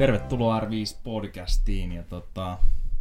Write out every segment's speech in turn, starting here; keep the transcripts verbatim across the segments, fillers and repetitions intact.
Tervetuloa R viisi podcastiin ja tota,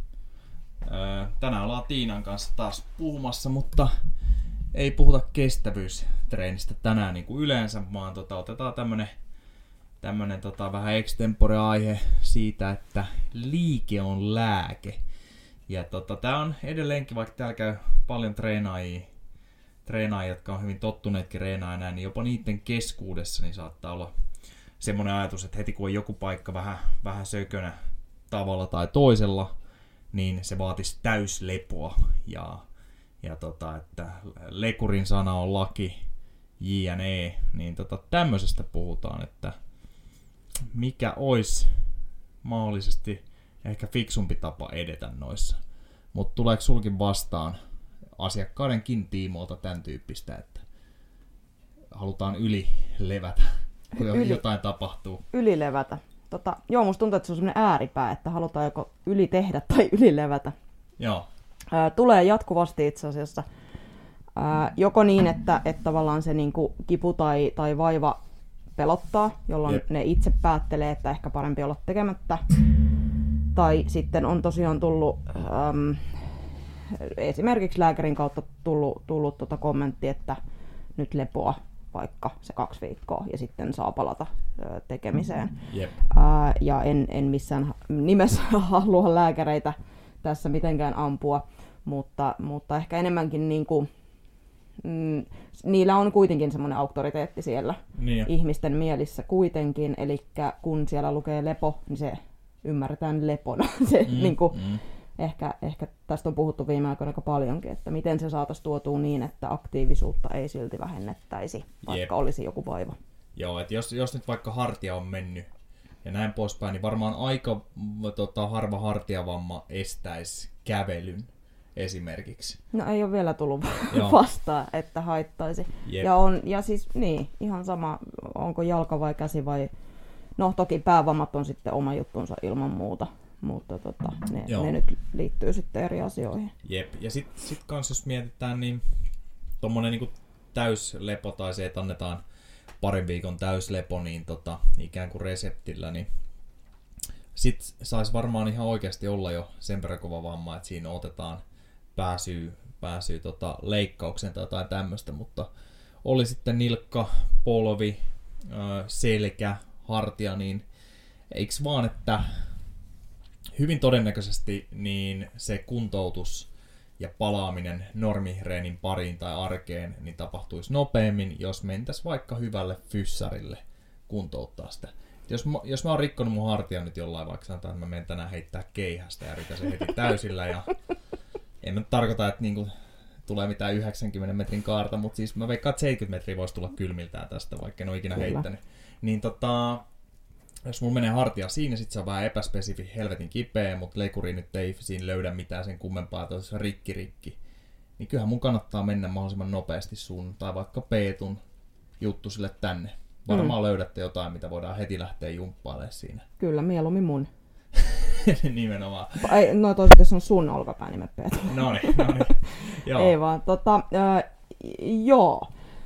ää, tänään ollaan Tiinan kanssa taas puhumassa, mutta ei puhuta kestävyystreenistä tänään niin kuin yleensä, vaan tota, otetaan tämmönen, tämmönen tota, vähän extempore-aihe siitä, että liike on lääke. Ja tota, tää on edelleenkin, vaikka täällä käy paljon treenaajia, treenaajia, jotka on hyvin tottuneetkin treenaamaan näin, niin jopa niiden keskuudessa niin saattaa olla semmoinen ajatus, että heti kun on joku paikka vähän, vähän sökönä tavalla tai toisella, niin se vaatisi täyslepoa. Ja, ja tota, että lekurin sana on laki, jne. Niin tota, tämmöisestä puhutaan, että mikä olisi mahdollisesti ehkä fiksumpi tapa edetä noissa. Mutta tuleeko sulkin vastaan asiakkaidenkin tiimoilta tämän tyyppistä, että halutaan yli levätä? Kun yli, jotain tapahtuu. Ylilevätä. Tota, joo, musta tuntuu, että se on semmoinen ääripää, että halutaan joko yli tehdä tai ylilevätä. Joo. Ää, tulee jatkuvasti itse asiassa. Ää, joko niin, että, että tavallaan se niinku kipu tai, tai vaiva pelottaa, jolloin Jep. ne itse päättelee, että ehkä parempi olla tekemättä. Tai sitten on tosiaan tullut äm, esimerkiksi lääkärin kautta tullut, tullut tota kommentti, että nyt lepoa vaikka se kaksi viikkoa ja sitten saa palata ö, tekemiseen. Yep. Ää, ja en, en missään nimessä halua lääkäreitä tässä mitenkään ampua, mutta, mutta ehkä enemmänkin niin kuin, mm, niillä on kuitenkin semmoinen auktoriteetti siellä niin. ihmisten mielissä kuitenkin, eli kun siellä lukee lepo, niin se ymmärretään lepona. se, mm, niin kuin, mm. Ehkä, ehkä tästä on puhuttu viime aikoina aika paljonkin, että miten se saataisiin tuotua niin, että aktiivisuutta ei silti vähennettäisi, vaikka Jep. olisi joku vaiva. Joo, että jos, jos nyt vaikka hartia on mennyt ja näin poispäin, niin varmaan aika tota, harva hartiavamma estäisi kävelyn esimerkiksi. No ei ole vielä tullut vastaan, että haittaisi. Jep. Ja, on, ja siis niin, ihan sama, onko jalka vai käsi vai... No toki päävammat on sitten oma juttunsa ilman muuta. Mutta tota, ne, ne nyt liittyy sitten eri asioihin. Jep, ja sitten sit kans jos mietitään, niin tommonen niinku täyslepo tai se, että annetaan parin viikon täyslepo niin tota, ikään kuin reseptillä, niin sit sais varmaan ihan oikeasti olla jo sen verran kova vamma, että siinä otetaan pääsyy, pääsyy tota leikkaukseen tai jotain tämmöistä, mutta oli sitten nilkka, polvi, selkä, hartia, niin eiks vaan, että hyvin todennäköisesti niin se kuntoutus ja palaaminen normireenin pariin tai arkeen niin tapahtuisi nopeammin, jos mentäisiin vaikka hyvälle fyssarille kuntouttaa sitä. Jos mä, jos mä oon rikkonut mun hartia nyt jollain, vaikka sanotaan, että mä menen tänään heittää keihästä ja yritän sen heti täysillä. Ja en mä tarkoita, että niinku tulee mitään yhdeksänkymmenen metrin kaarta, mutta siis mä veikkaan, että seitsemänkymmentä metriä voisi tulla kylmiltään tästä, vaikka en ole ikinä heittänyt. Niin tota... Jos mulla menee hartia siinä, sit se on vähän epäspesifi, helvetin kipeä, mutta lekuri nyt ei siinä löydä mitään sen kummempaa, että olisi rikki rikki. Niin kyllähän mun kannattaa mennä mahdollisimman nopeasti sun, tai vaikka Peetun juttu sille tänne. Varmaan mm. löydätte jotain, mitä voidaan heti lähteä jumppailemaan siinä. Kyllä, mieluummin mun. Nimenomaan. Ei, no toivottavasti se on sun olkapää nimen Peetu. Noniin, noniin. Joo. Ei vaan, tota, äh, joo.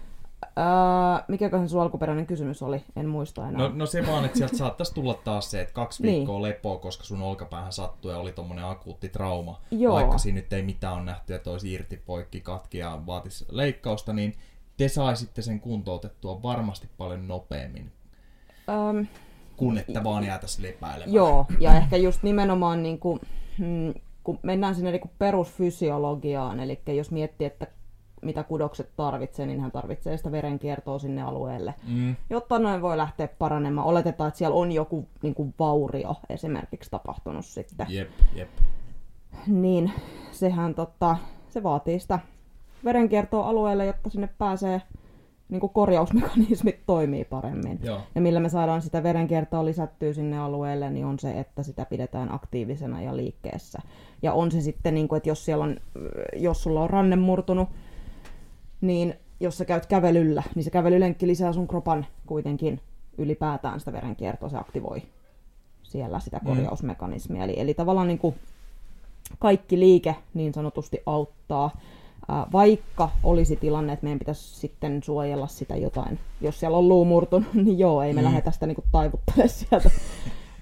Öö, mikäköhän sun alkuperäinen kysymys oli? En muista enää. No, no se vaan, että sieltä saattaisi tulla taas se, että kaksi viikkoa niin. lepoa, koska sun olkapäähän sattui ja oli tommonen akuutti trauma. Joo. Vaikka siinä nyt ei mitään ole nähty, että olisi irti, poikki, katki ja vaatisi leikkausta, niin te saisitte sen kuntoutettua varmasti paljon nopeammin. Öm, kun että vaan jäätäisiin lepäilemään. Joo, ja ehkä just nimenomaan niin kuin, hmm, kun mennään sinne niin kuin perusfysiologiaan, eli jos miettii, että mitä kudokset tarvitsee, niin hän tarvitsee sitä verenkiertoa sinne alueelle, mm. jotta noin voi lähteä paranemaan. Oletetaan, että siellä on joku niin kuin vaurio esimerkiksi tapahtunut sitten. Jep, jep. Niin sehän totta, se vaatii sitä verenkiertoa alueelle, jotta sinne pääsee, niin kuin korjausmekanismit toimii paremmin. Joo. Ja millä me saadaan sitä verenkiertoa lisättyä sinne alueelle, niin on se, että sitä pidetään aktiivisena ja liikkeessä. Ja on se sitten, niin kuin, että jos, siellä on, jos sulla on ranne murtunut, niin jos sä käyt kävelyllä, niin se kävelylenkki lisää sun kropan kuitenkin ylipäätään sitä verenkiertoa, se aktivoi siellä sitä korjausmekanismia. Mm. Eli, eli tavallaan niin kuin kaikki liike niin sanotusti auttaa. vaikka olisi tilanne, että meidän pitäisi sitten suojella sitä jotain. Jos siellä on luu murtunut, niin joo, ei me mm. lähdetä sitä niinku taivuttelemaan sieltä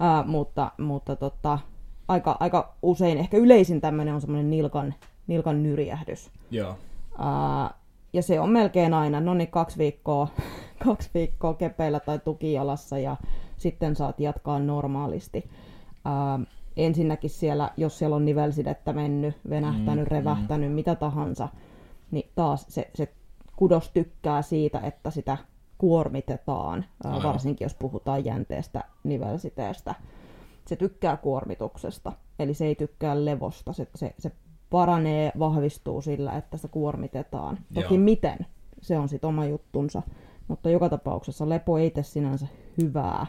Uh, mutta mutta tota, aika, aika usein, ehkä yleisin tämmöinen on semmoinen nilkan, nilkan nyrjähdys. Joo. Uh, ja se on melkein aina, no niin kaksi viikkoa, kaksi viikkoa kepeillä tai tukijalassa ja sitten saat jatkaa normaalisti. Uh, ensinnäkin siellä, jos siellä on nivelsidettä mennyt, venähtänyt, mm, revähtänyt, mm. mitä tahansa, niin taas se, se kudos tykkää siitä, että sitä kuormitetaan, Aivan. varsinkin jos puhutaan jänteestä, nivelsiteestä. Se tykkää kuormituksesta, eli se ei tykkää levosta. Se, se, se paranee, vahvistuu sillä, että sitä kuormitetaan. Toki Joo. miten, se on sitten oma juttunsa, mutta joka tapauksessa lepo ei tee sinänsä hyvää.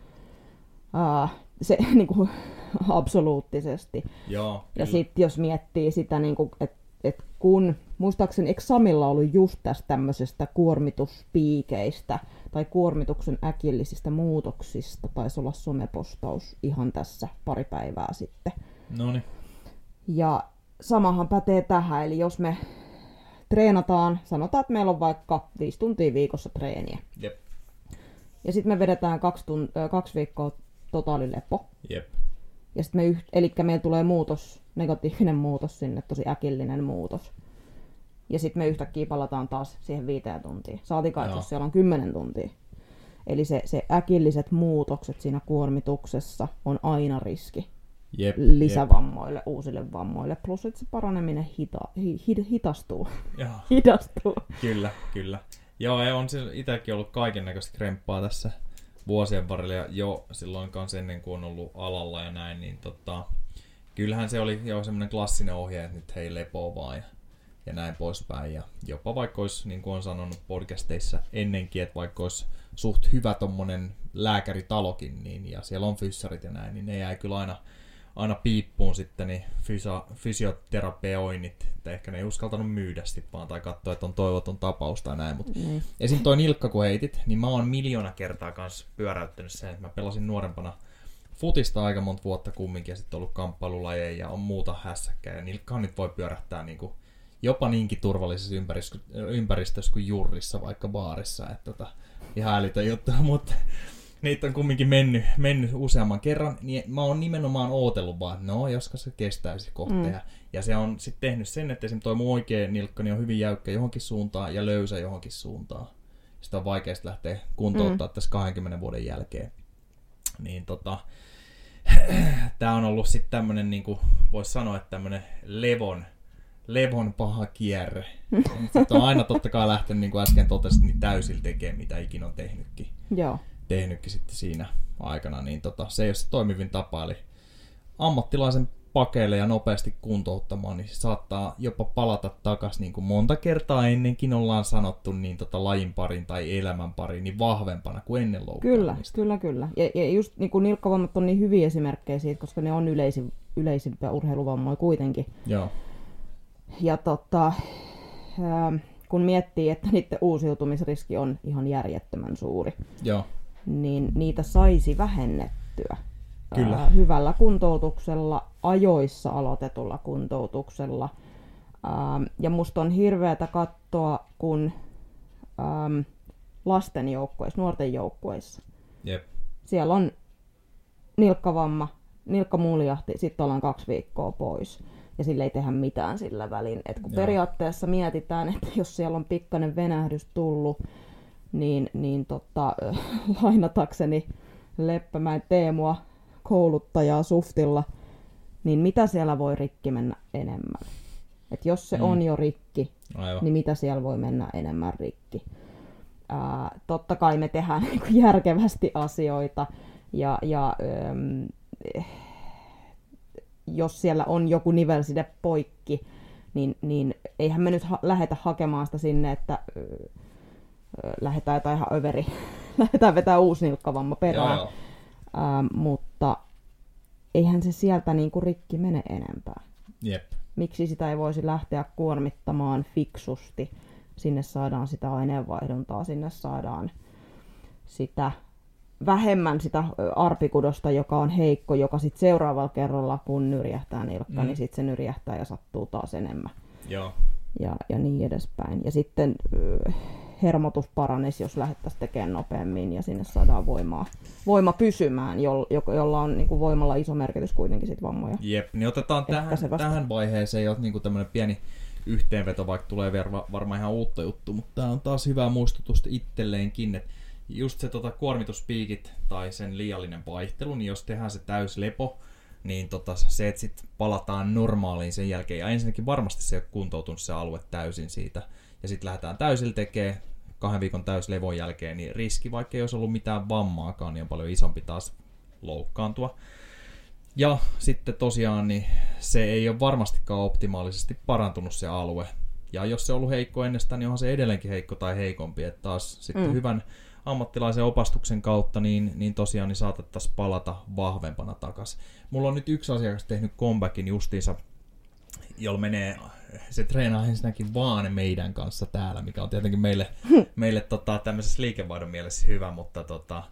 Uh, se niin kuin, absoluuttisesti. Joo, ja sitten jos miettii sitä, niin että et kun, muistaakseni, eikö Samilla ollut just tästä tämmöisestä kuormituspiikeistä tai kuormituksen äkillisistä muutoksista, taisi olla somepostaus ihan tässä pari päivää sitten. Noniin. Ja samahan pätee tähän, eli jos me treenataan, sanotaan, että meillä on vaikka viisi tuntia viikossa treeniä. Jep. Ja sitten me vedetään kaksi, tunt- kaksi viikkoa totaalilepo. Jep. Ja sitten me yht- eli meillä tulee muutos, negatiivinen muutos sinne, tosi äkillinen muutos. Ja sitten me yhtäkkiä palataan taas siihen viiteen tuntiin. Saatikaan, jos siellä on kymmenen tuntia. Eli se, se äkilliset muutokset siinä kuormituksessa on aina riski. Jep, lisävammoille, jep. uusille vammoille. Plus, että se paraneminen hita- hi- hitastuu. hidastuu. Kyllä, kyllä. Joo, ja on itsekin ollut kaikennäköistä kremppaa tässä vuosien varrella ja jo silloin kanssa ennen kuin on ollut alalla ja näin, niin tota, kyllähän se oli jo semmoinen klassinen ohje, että nyt hei lepoo vaan ja, ja näin poispäin. Ja jopa vaikka olisi, niin kuin on sanonut podcasteissa ennenkin, että vaikka olisi suht hyvä tommonen lääkäritalokin, niin, ja siellä on fyssarit ja näin, niin ne jäi kyllä aina, aina piippuun sitten niin fysa, fysioterapeoinnit, että ehkä ne ei uskaltanut myydä sitten vaan tai katsoa, että on toivoton tapaus tai näin. Mutta mm. esim. Toi nilkka kun heitit, niin mä oon miljoona kertaa kanssa pyöräyttänyt sen, että mä pelasin nuorempana futista aika monta vuotta kumminkin ja sitten ollut kamppailulajeja ja on muuta hässäkkää ja nilkkahan nyt voi pyörähtää niinku jopa niinkin turvallisessa ympäristössä kuin jurrissa, vaikka baarissa, että tota, ihan älytön juttu, mutta niitä on kumminkin mennyt, mennyt useamman kerran, niin mä oon nimenomaan ootellut vaan, että no, joska se kestäisi kohteen. Mm. Ja se on sitten tehnyt sen, että esimerkiksi toi mun oikea nilkka niin on hyvin jäykkä johonkin suuntaan ja löysä johonkin suuntaan. Sitä on vaikea lähteä kuntouttaa mm. tässä kahdenkymmenen vuoden jälkeen. Niin tota, tää on ollut sitten tämmönen, niin kuin vois sanoa, että tämmönen levon, levon paha kierre. Sitten on aina totta kai lähtenyt, niin kuin äsken totesit, niin täysillä tekemään, mitä ikinä on tehnytkin. Joo. tehnytkin sitten siinä aikana, niin tota, se ei ole se toimivin tapa, eli ammattilaisen pakeille ja nopeasti kuntouttamaan, niin se saattaa jopa palata takaisin, niin kuin monta kertaa ennenkin ollaan sanottu, niin tota lajin parin tai elämän parin, niin vahvempana kuin ennen loukkaantumista. Kyllä, kyllä, kyllä. Ja, ja just niin kuin nilkkavammat on niin hyviä esimerkkejä siitä, koska ne on yleisin, yleisimpiä urheiluvammoja kuitenkin. Joo. Ja tota, ää, kun miettii, että niiden uusiutumisriski on ihan järjettömän suuri. Joo. Niin niitä saisi vähennettyä. Kyllä. Ää, hyvällä kuntoutuksella, ajoissa aloitetulla kuntoutuksella. Ää, ja musta on hirveätä katsoa, kun ää, lasten joukkueissa, nuorten joukkueissa. Jep. Siellä on nilkkavamma, nilkkamuljahti, sitten ollaan kaksi viikkoa pois. Ja sille ei tehdä mitään sillä välin. Et kun Joo. periaatteessa mietitään, että jos siellä on pikkainen venähdys tullut, niin, niin tota, lainatakseni Leppämäen Teemua, kouluttajaa Suftilla, niin mitä siellä voi rikki mennä enemmän? Et jos se mm. on jo rikki, Aivan. niin mitä siellä voi mennä enemmän rikki? Ää, totta kai me tehdään niin kuin järkevästi asioita, ja, ja äm, jos siellä on joku nivelside poikki, niin, niin eihän me nyt ha- lähdetä hakemaan sitä sinne, että lähdetään jotain ihan överi, lähdetään vetää uusi nilkkavamma perään, joo, joo. Ähm, mutta eihän se sieltä niinku rikki mene enempää. Jep. Miksi sitä ei voisi lähteä kuormittamaan fiksusti? Sinne saadaan sitä aineenvaihduntaa, sinne saadaan sitä vähemmän sitä arpikudosta, joka on heikko, joka sitten seuraavalla kerralla, kun nyrjähtää nilkka, mm. niin sitten se nyrjähtää ja sattuu taas enemmän. Joo. Ja, ja niin edespäin. Ja sitten hermotus paranisi, jos lähdettäisiin tekemään nopeammin ja sinne saadaan voimaa, voima pysymään, jo, jolla on niin kuin voimalla iso merkitys kuitenkin sit vammoja. Jep, niin otetaan tähän, tähän vaiheeseen jo niin tämmöinen pieni yhteenveto, vaikka tulee vielä varmaan ihan uutta juttu, mutta tämä on taas hyvä muistutus itselleenkin, että just se tota, kuormituspiikit tai sen liiallinen vaihtelu, niin jos tehdään se täyslepo, niin tota, se, että sitten palataan normaaliin sen jälkeen, ja ensinnäkin varmasti se ei ole kuntoutunut se alue täysin siitä, ja sitten lähdetään täysillä tekemään kahden viikon täyslevon jälkeen, niin riski, vaikka ei olisi ollut mitään vammaakaan, niin on paljon isompi taas loukkaantua. Ja sitten tosiaan, niin se ei ole varmastikaan optimaalisesti parantunut se alue, ja jos se on ollut heikko ennestään, niin onhan se edelleenkin heikko tai heikompi, että taas sitten mm. hyvän ammattilaisen opastuksen kautta, niin, niin tosiaan niin saatettaisiin palata vahvempana takaisin. Mulla on nyt yksi asiakas tehnyt comebackin justiinsa, jolla menee, se treenaa ensinnäkin vaan meidän kanssa täällä, mikä on tietenkin meille, meille tota, tämmöisessä liikevaihdon mielessä hyvä, mutta tota,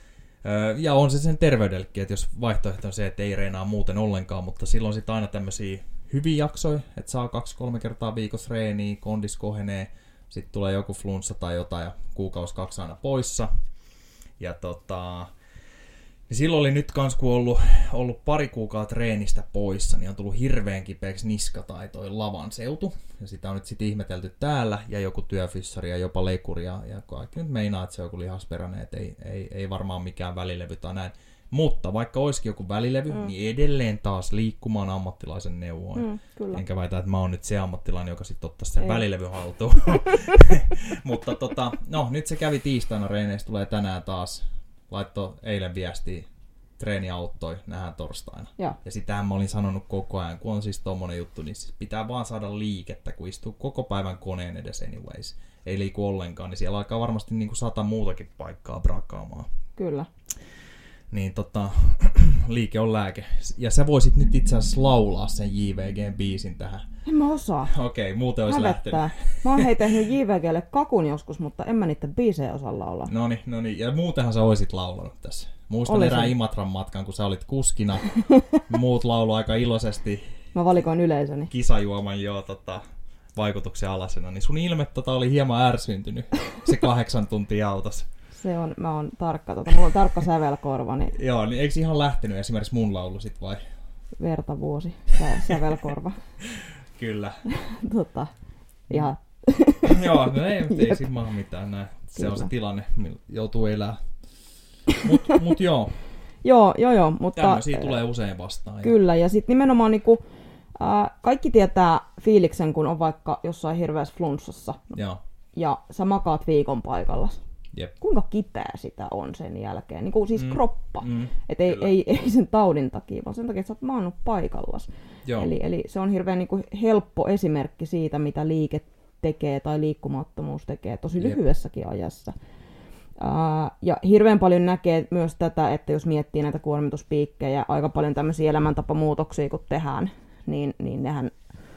ja on se sen terveydellekin, että jos vaihtoehto on se, että ei reenaa muuten ollenkaan, mutta silloin sitten aina tämmöisiä hyviä jaksoja, että saa kaksi-kolme kertaa viikossa reeniä, kondis kohenee, sitten tulee joku flunssa tai jotain ja kuukausi kaksi aina poissa. Ja tota, niin silloin oli nyt kans, kun ollut, ollut pari kuukautta treenistä poissa, niin on tullut hirveän kipeäksi niska tai toi lavan seutu. Ja sitä on nyt sitten ihmetelty täällä ja joku työfyssari ja jopa lekuri ja, ja kaikki nyt meinaa, että se on joku lihasperäinen, että ei, ei, ei varmaan mikään välilevy tai näin. Mutta vaikka olisikin joku välilevy, mm. niin edelleen taas liikkumaan ammattilaisen neuvoin. Mm, Enkä väitä, että mä oon nyt se ammattilainen, joka sitten ottaisi sen Ei. välilevyn haltuun. Mutta tota, no, nyt se kävi tiistaina reeneissä, tulee tänään taas. Laittoi eilen viestiä, treeni auttoi, nähdään torstaina. Ja, ja sitähän mä olin sanonut koko ajan, kun on siis tommonen juttu, niin siis pitää vaan saada liikettä, kun istuu koko päivän koneen edes anyways. Ei liiku ollenkaan, niin siellä alkaa varmasti niin kuin sata muutakin paikkaa brakaamaan. Kyllä. Niin tota, liike on lääke. Ja sä voisit nyt itse asiassa laulaa sen J V G-biisin tähän. En mä osaa. Okei, okay, muuten olisi Hävettää. lähtenyt. Mä oon hei tehnyt J V G:lle kakun joskus, mutta en mä niitä biisejä osaa laulaa. Noniin, noniin. Ja muutenhan sä oisit laulanut tässä. Muistan Olisin. erään Imatran matkan, kun sä olit kuskina. Muut laulu aika iloisesti. Mä valikoin yleisöni. Kisajuoman joo tota, vaikutuksen alasena. Niin sun ilme tota oli hieman ärsyntynyt se kahdeksan tuntia autossa. Se on, mä oon tarkka, tota, mulla on tarkka sävelkorva. Niin joo, niin eikö ihan lähtenyt esimerkiksi mun laulu sit vai? Vertavuosi, sä, sävelkorva. Kyllä. tota, ihan. Joo, no ei, ei sit maa mitään näin. Se Kyllä. on se tilanne, millä joutuu elämään. Mut, mut joo. joo, joo, joo, mutta tämmöisiä tulee usein vastaan. Kyllä, ja sit nimenomaan niinku, äh, kaikki tietää fiiliksen, kun on vaikka jossain hirveässä flunssassa. Joo. Ja sä makaat viikon paikalla. Jep. Kuinka kipeä sitä on sen jälkeen, niin kuin siis mm. kroppa. Mm. Et ei, ei, ei sen taudin takia, vaan sen takia, että sä oot maannut paikallas. Eli, eli se on hirveän niin kuin helppo esimerkki siitä, mitä liike tekee tai liikkumattomuus tekee tosi lyhyessäkin Jep. ajassa. Uh, ja hirveän paljon näkee myös tätä, että jos miettii näitä kuormituspiikkejä, aika paljon tämmöisiä elämäntapamuutoksia kun tehdään, niin, niin nehän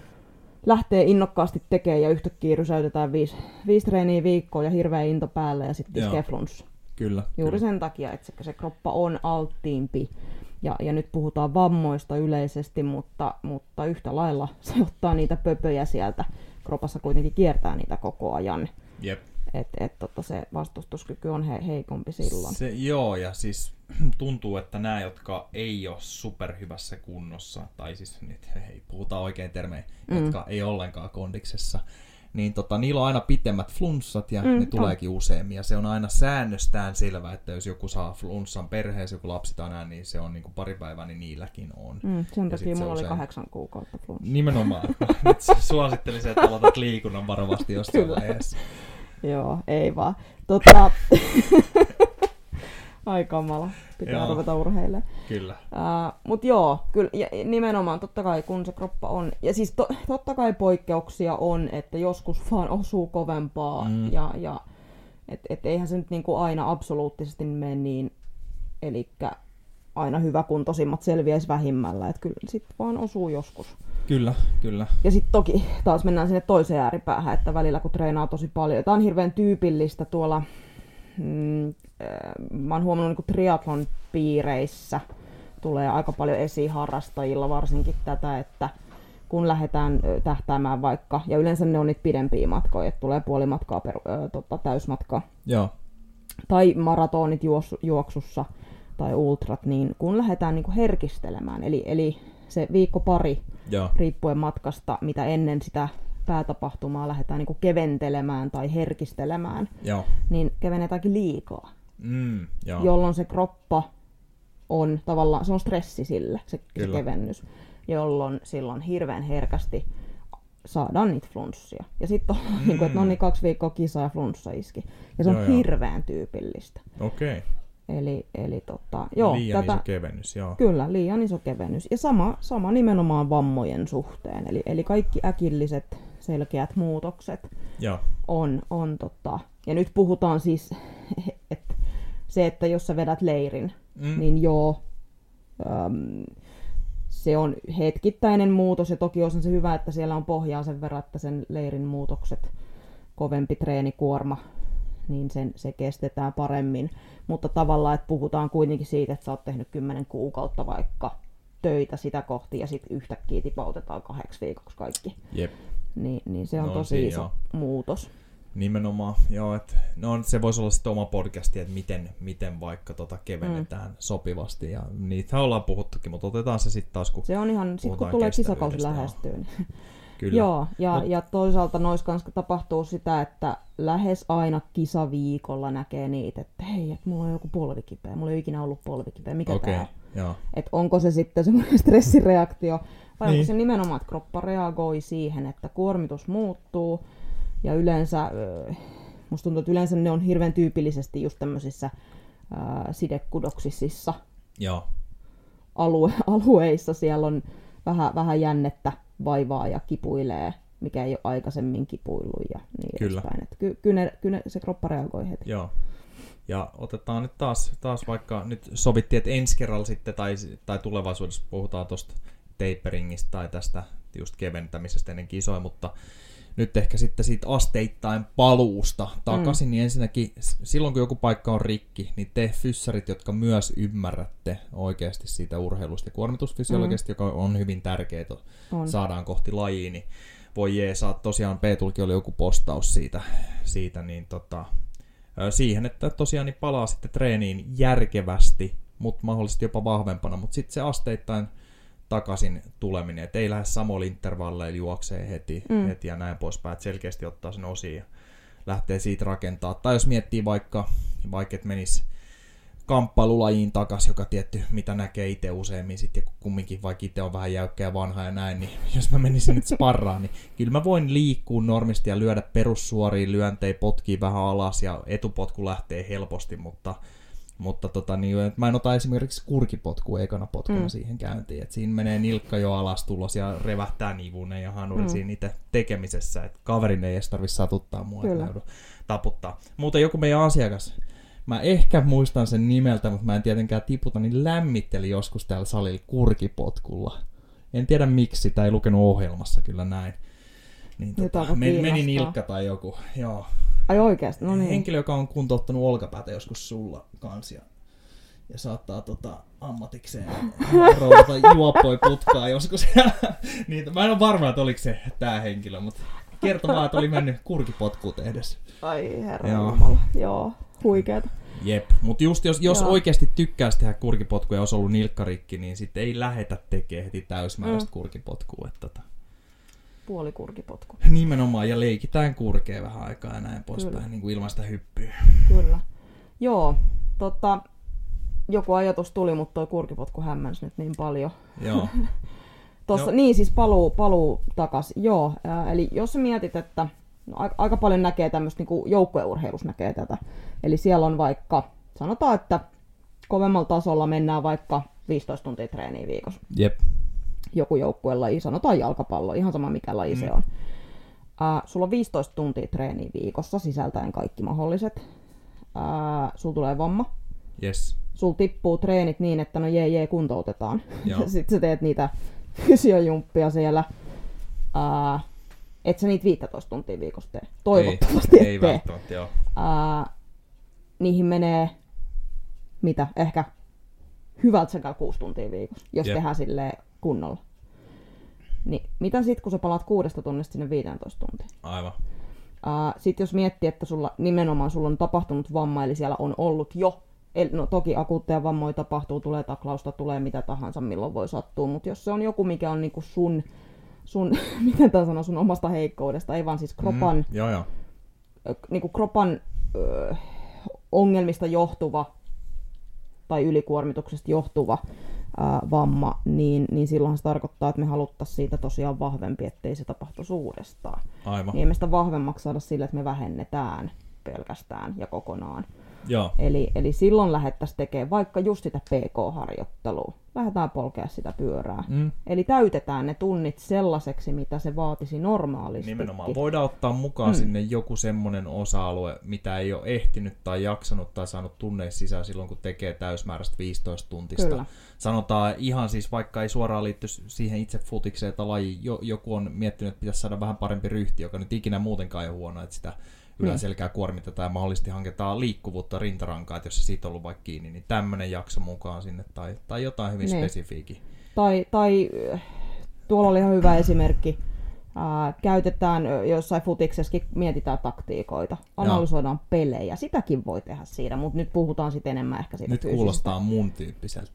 lähtee innokkaasti tekemään ja yhtäkkiä rysäytetään viisi, viisi treeniä viikkoa ja hirveä into päälle ja sitten iskee flunssa. Kyllä. Juuri kyllä. sen takia, että se, se kroppa on alttiimpi. Ja, ja nyt puhutaan vammoista yleisesti, mutta, mutta yhtä lailla se ottaa niitä pöpöjä sieltä. Kropassa kuitenkin kiertää niitä koko ajan. Jep. Että et, tota, se vastustuskyky on he, heikompi silloin. Se, joo, ja siis tuntuu, että nämä, jotka ei ole superhyvässä kunnossa, tai siis nyt hei, puhutaan oikein termejä, mm. jotka ei ollenkaan kondiksessa, niin tota, niillä on aina pitemmät flunssat ja mm, ne tuleekin on. useammin. Ja se on aina säännöstään selvä, että jos joku saa flunssan perheessä, joku lapsi tai näin, niin se on niin kuin pari päivää, niin niilläkin on. Mm, sen takia mulla usein... oli kahdeksan kuukautta flunssa. Nimenomaan. Nyt suosittelisin, että aloitat liikunnan varovasti jossain vaiheessa. Joo, ei vaan. Tota... Ai kamala, pitää joo. ruveta urheilemaan. Kyllä. Uh, mut joo, kyllä, ja nimenomaan totta kai kun se kroppa on, ja siis to, totta kai poikkeuksia on, että joskus vaan osuu kovempaa, mm. ja, ja et, et eihän se nyt niinku aina absoluuttisesti mene niin, elikkä aina hyväkuntoisimmat selviäisi vähimmällä, että kyllä sitten vaan osuu joskus. Kyllä, kyllä. Ja sitten toki taas mennään sinne toiseen ääripäähän, että välillä kun treenaa tosi paljon, tämä on hirveän tyypillistä tuolla, mm, mä oon huomannut niin triathlon piireissä tulee aika paljon esiin harrastajilla varsinkin tätä, että kun lähdetään ö, tähtäämään vaikka, ja yleensä ne on niitä pidempiä matkoja, että tulee puoli matkaa per ö, tota, täysmatkaa. Joo. Tai maratonit juos, juoksussa tai ultrat, niin kun lähdetään niin kuin herkistelemään, eli, eli se viikko pari, Joo. riippuen matkasta, mitä ennen sitä päätapahtumaa lähdetään niin kuin keventelemään tai herkistelemään, Joo. niin kevennetäänkin liikaa. Mm, joo. Jolloin se kroppa on tavallaan, se on stressi sille, se, se kevennys, jolloin silloin hirveän herkästi saadaan niitä flunssia. Ja sitten on, mm. niin kuin, että no niin, kaksi viikkoa kisaa ja flunssa iski. Ja se on joo, hirveän joo. tyypillistä. Okei. Okay. Eli, eli tota, joo, liian tätä, iso kevennys, joo. Kyllä, liian iso kevennys. Ja sama, sama nimenomaan vammojen suhteen. Eli, eli kaikki äkilliset selkeät muutokset joo. on, on tota, ja nyt puhutaan siis, että se, että jos sä vedät leirin, mm. niin joo, äm, se on hetkittäinen muutos, ja toki on se hyvä, että siellä on pohjaa sen verran, että sen leirin muutokset, kovempi treenikuorma, niin sen, se kestetään paremmin. Mutta tavallaan, että puhutaan kuitenkin siitä, että sä oot tehnyt kymmenen kuukautta vaikka töitä sitä kohti, ja sitten yhtäkkiä tipautetaan kahdeksi viikoksi kaikki. Jep. Niin, niin se on no, tosi siinä, iso joo. muutos. Nimenomaan, joo, että no, se voisi olla sitten oma podcasti, että miten, miten vaikka tota kevennetään mm. sopivasti, ja niitä ollaan puhuttukin, mutta otetaan se sitten taas, kun se on ihan, sit kun tulee kisakausi lähestyy. Niin. Kyllä. Joo, ja, Mut, ja toisaalta noissa kanssa tapahtuu sitä, että lähes aina kisaviikolla näkee niitä, että hei, että mulla on joku polvikipeä, mulla ei ole ikinä ollut polvikipeä, mikä okay, tää on? Joo. Että onko se sitten semmoinen stressireaktio, vai niin. onko se nimenomaan, että kroppa reagoi siihen, että kuormitus muuttuu, ja yleensä, musta tuntuu, että yleensä ne on hirveän tyypillisesti just tämmöisissä ää, sidekudoksisissa Joo. alue, alueissa, siellä on vähän, vähän jännettä, vaivaa ja kipuilee, mikä ei ole aikaisemmin kipuillut ja niin Kyllä. edespäin. Että ky- kyllä, kyllä se kroppa reagoi heti. Joo. Ja otetaan nyt taas, taas vaikka, nyt sovittiin, että ensi kerralla sitten, tai, tai tulevaisuudessa puhutaan tuosta taperingista tai tästä just keventämisestä ennen kisoja, mutta nyt ehkä sitten siitä asteittain paluusta takaisin, mm. niin ensinnäkin silloin kun joku paikka on rikki, niin te fyssarit, jotka myös ymmärrätte oikeasti siitä urheilusta ja kuormitusfysiologista, mm. joka on hyvin tärkeää, saadaan kohti lajiin, niin voi jeesaa. Tosiaan Peetulkin oli joku postaus siitä, siitä niin tota, siihen, että tosiaan niin palaa sitten treeniin järkevästi, mutta mahdollisesti jopa vahvempana, mutta sitten se asteittain takaisin tuleminen, että ei lähde samoilla intervalleilla juoksee heti, mm. heti ja näin poispäin, että selkeästi ottaa sen osiin ja lähtee siitä rakentaa. Tai jos miettii vaikka, vaikka että menisi kamppailulajiin takaisin, joka tietty, mitä näkee itse useammin sitten, ja kumminkin vaikka itse on vähän jäykkä ja vanha ja näin, niin jos mä menisin nyt sparraan, niin kyllä mä voin liikkua normisti ja lyödä perussuoriin lyöntejä, potkii vähän alas ja etupotku lähtee helposti, mutta Mutta tota, niin, mä en ota esimerkiksi kurkipotkua ekana potkuna mm. siihen käyntiin. Et siinä menee nilkka jo alas tulos ja revähtää nivunen ja hanuri mm. siinä itse tekemisessä. Et kaverin ei edes tarvitse satuttaa mua, että joudun taputtaa. Muuten joku meidän asiakas, mä ehkä muistan sen nimeltä, mutta mä en tietenkään tiputa, niin lämmitteli joskus täällä salilla kurkipotkulla. En tiedä miksi, sitä ei lukenut ohjelmassa kyllä näin. Niin, tota, men, meni nilkka tai joku, joo. Ai oikeasti? No niin. Henkilö, joka on kuntouttanut olkapäätä joskus sulla kanssa ja, ja saattaa tota, ammatikseen roudata juoppoi putkaa joskus. Niin, mä en ole varma, että oliko se tää henkilö, mutta kertoo vaan, että oli mennyt kurkipotkuun tehdessä. Ai herra jumala, joo, huikeeta. Jep, mutta just jos, jos oikeasti tykkäisi tehdä kurkipotkuja ja olisi ollut nilkkarikki, niin sitten ei lähetä tekemään heti täysmääräistä mm. kurkipotkua. Että tota. Puolikurkipotku. Nimenomaan, ja leikitään kurkea vähän aikaa ja näin poispäin, niin kuin ilman sitä hyppyä. Kyllä. Joo, tota, joku ajatus tuli, mutta toi kurkipotku hämmensi nyt niin paljon. Joo. Tossa, no. Niin, siis paluu, paluu takaisin. Joo, ää, eli jos sä mietit, että no, aika, aika paljon näkee tämmöistä, niin kuin joukkueurheilussa näkee tätä. Eli siellä on vaikka, sanotaan, että kovemmalla tasolla mennään vaikka viisitoista tuntia treeniä viikossa. Jep. Joku joukkuelaji, sanotaan jalkapallo, ihan sama mikä laji mm. se on. Äh, sulla on viisitoista tuntia treeniä viikossa, sisältäen kaikki mahdolliset. Äh, sulla tulee vamma. Yes. Sulla tippuu treenit niin, että no jee jee kuntoutetaan. Sitten sä teet niitä fysiojumppia siellä. Äh, et sä niitä viisitoista tuntia viikossa tee. Toivottavasti ei, et ei tee. välttämättä, joo. Äh, niihin menee, mitä, ehkä hyvältä sekä kuusi tuntia viikossa, jos Jep. tehdään silleen kunnolla. Niin mitä sitten, kun sä palaat kuudesta tunnista sinne viisitoista tuntiin? Aivan. Uh, sitten jos miettii, että sulla nimenomaan sulla on tapahtunut vamma, eli siellä on ollut jo, eli, no toki akuutteja vammoja tapahtuu, tulee taklausta, tulee mitä tahansa, milloin voi sattua, mutta jos se on joku, mikä on niinku sun, sun miten tämä sanoo, sun omasta heikkoudesta, ei vaan siis kropan, mm, joo, joo. Niinku kropan ö, ongelmista johtuva tai ylikuormituksesta johtuva ää, vamma, niin, niin silloin se tarkoittaa, että me haluttaisiin siitä tosiaan vahvempi, ettei se tapahtuisi uudestaan. Aivan. Niin me sitä vahvemmaksi saada sille, että me vähennetään pelkästään ja kokonaan. Joo. Eli, eli silloin lähdettäisiin tekemään vaikka just sitä P K-harjoittelua. Lähdetään polkea sitä pyörää. Mm. Eli täytetään ne tunnit sellaiseksi, mitä se vaatisi normaalisti. Nimenomaan. Voidaan ottaa mukaan mm. sinne joku semmoinen osa-alue, mitä ei ole ehtinyt tai jaksanut tai saanut tunneissa sisään silloin, kun tekee täysmääräistä viisitoista tuntista. Kyllä. Sanotaan ihan siis, vaikka ei suoraan liitty siihen itse futikseen tai lajiin, joku on miettinyt, että pitäisi saada vähän parempi ryhti, joka nyt ikinä muutenkaan ei ole huono, että sitä yläselkää kuormitetaan ja mahdollisesti hankitaan liikkuvuutta rintarankaa, että jos se siitä on ollut vaikka kiinni, niin tämmöinen jakso mukaan sinne tai, tai jotain hyvin niin spesifiikin. Tai, tai tuolla oli ihan hyvä esimerkki. Ää, käytetään jossain futiksessakin, mietitään taktiikoita, analysoidaan pelejä. Sitäkin voi tehdä siinä, mutta nyt puhutaan sitten enemmän ehkä siitä nyt fyysistä. Kuulostaa mun tyyppiseltä.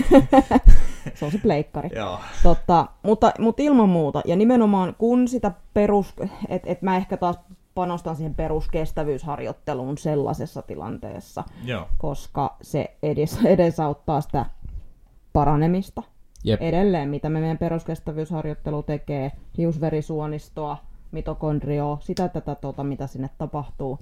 Se on se pleikkari. Joo. Totta, mutta, mutta ilman muuta. Ja nimenomaan kun sitä perus... Että et mä ehkä taas panostan siihen peruskestävyysharjoitteluun sellaisessa tilanteessa, Joo. koska se edes, edesauttaa sitä paranemista. Jep. Edelleen, mitä me meidän peruskestävyysharjoittelu tekee, hiusverisuonistoa, mitokondrioa, sitä tätä tuota, mitä sinne tapahtuu.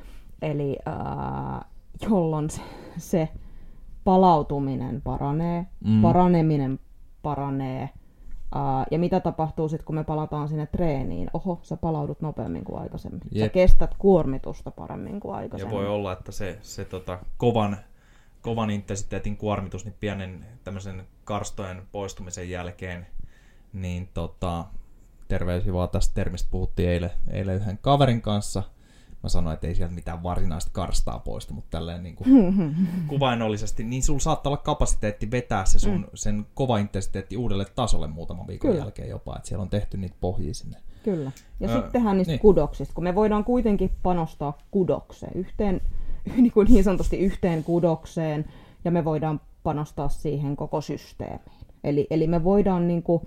Eli ää, jolloin se, se palautuminen paranee, mm. paraneminen paranee. Ää, ja mitä tapahtuu sitten, kun me palataan sinne treeniin? Oho, sä palaudut nopeammin kuin aikaisemmin. Jep. Sä kestät kuormitusta paremmin kuin aikaisemmin. Ja voi olla, että se, se tota, kovan... kovan intensiteetin kuormitus niin pienen tämmöisen karstojen poistumisen jälkeen, niin tota, terveisiä vaan tästä termistä puhuttiin eilen, eilen yhden kaverin kanssa. Mä sanoin, että ei sieltä mitään varsinaista karstaa poistu, mutta tälleen niin kuin kuvainnollisesti, niin sulla saattaa olla kapasiteetti vetää se sun, mm. sen kova intensiteetti uudelle tasolle muutaman viikon Kyllä. jälkeen jopa, että siellä on tehty niitä pohjia sinne. Kyllä. Ja öö, sitten tehdään niistä niin. kudoksista, kun me voidaan kuitenkin panostaa kudokseen, yhteen niin, kuin niin sanotusti yhteen kudokseen, ja me voidaan panostaa siihen koko systeemiin. Eli, eli me voidaan niin kuin